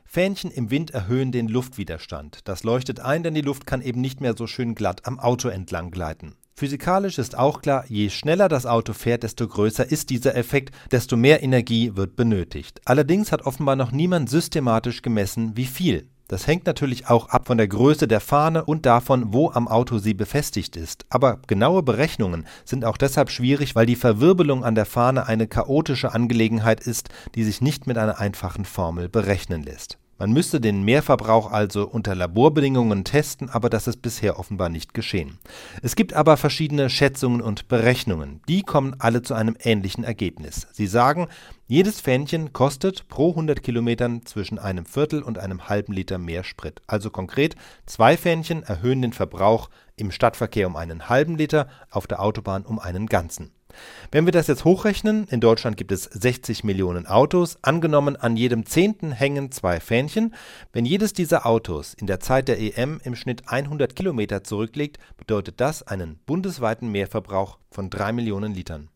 Fähnchen im Wind erhöhen den Luftwiderstand. Das leuchtet ein, denn die Luft kann eben nicht mehr so schön glatt am Auto entlang gleiten. Physikalisch ist auch klar, je schneller das Auto fährt, desto größer ist dieser Effekt, desto mehr Energie wird benötigt. Allerdings hat offenbar noch niemand systematisch gemessen, wie viel. Das hängt natürlich auch ab von der Größe der Fahne und davon, wo am Auto sie befestigt ist. Aber genaue Berechnungen sind auch deshalb schwierig, weil die Verwirbelung an der Fahne eine chaotische Angelegenheit ist, die sich nicht mit einer einfachen Formel berechnen lässt. Man müsste den Mehrverbrauch also unter Laborbedingungen testen, aber das ist bisher offenbar nicht geschehen. Es gibt aber verschiedene Schätzungen und Berechnungen. Die kommen alle zu einem ähnlichen Ergebnis. Sie sagen, jedes Fähnchen kostet pro 100 Kilometern zwischen einem Viertel und einem halben Liter mehr Sprit. Also konkret, 2 Fähnchen erhöhen den Verbrauch im Stadtverkehr um einen halben Liter, auf der Autobahn um einen ganzen. Wenn wir das jetzt hochrechnen, in Deutschland gibt es 60 Millionen Autos, angenommen an jedem 10. hängen 2 Fähnchen. Wenn jedes dieser Autos in der Zeit der EM im Schnitt 100 Kilometer zurücklegt, bedeutet das einen bundesweiten Mehrverbrauch von 3 Millionen Litern.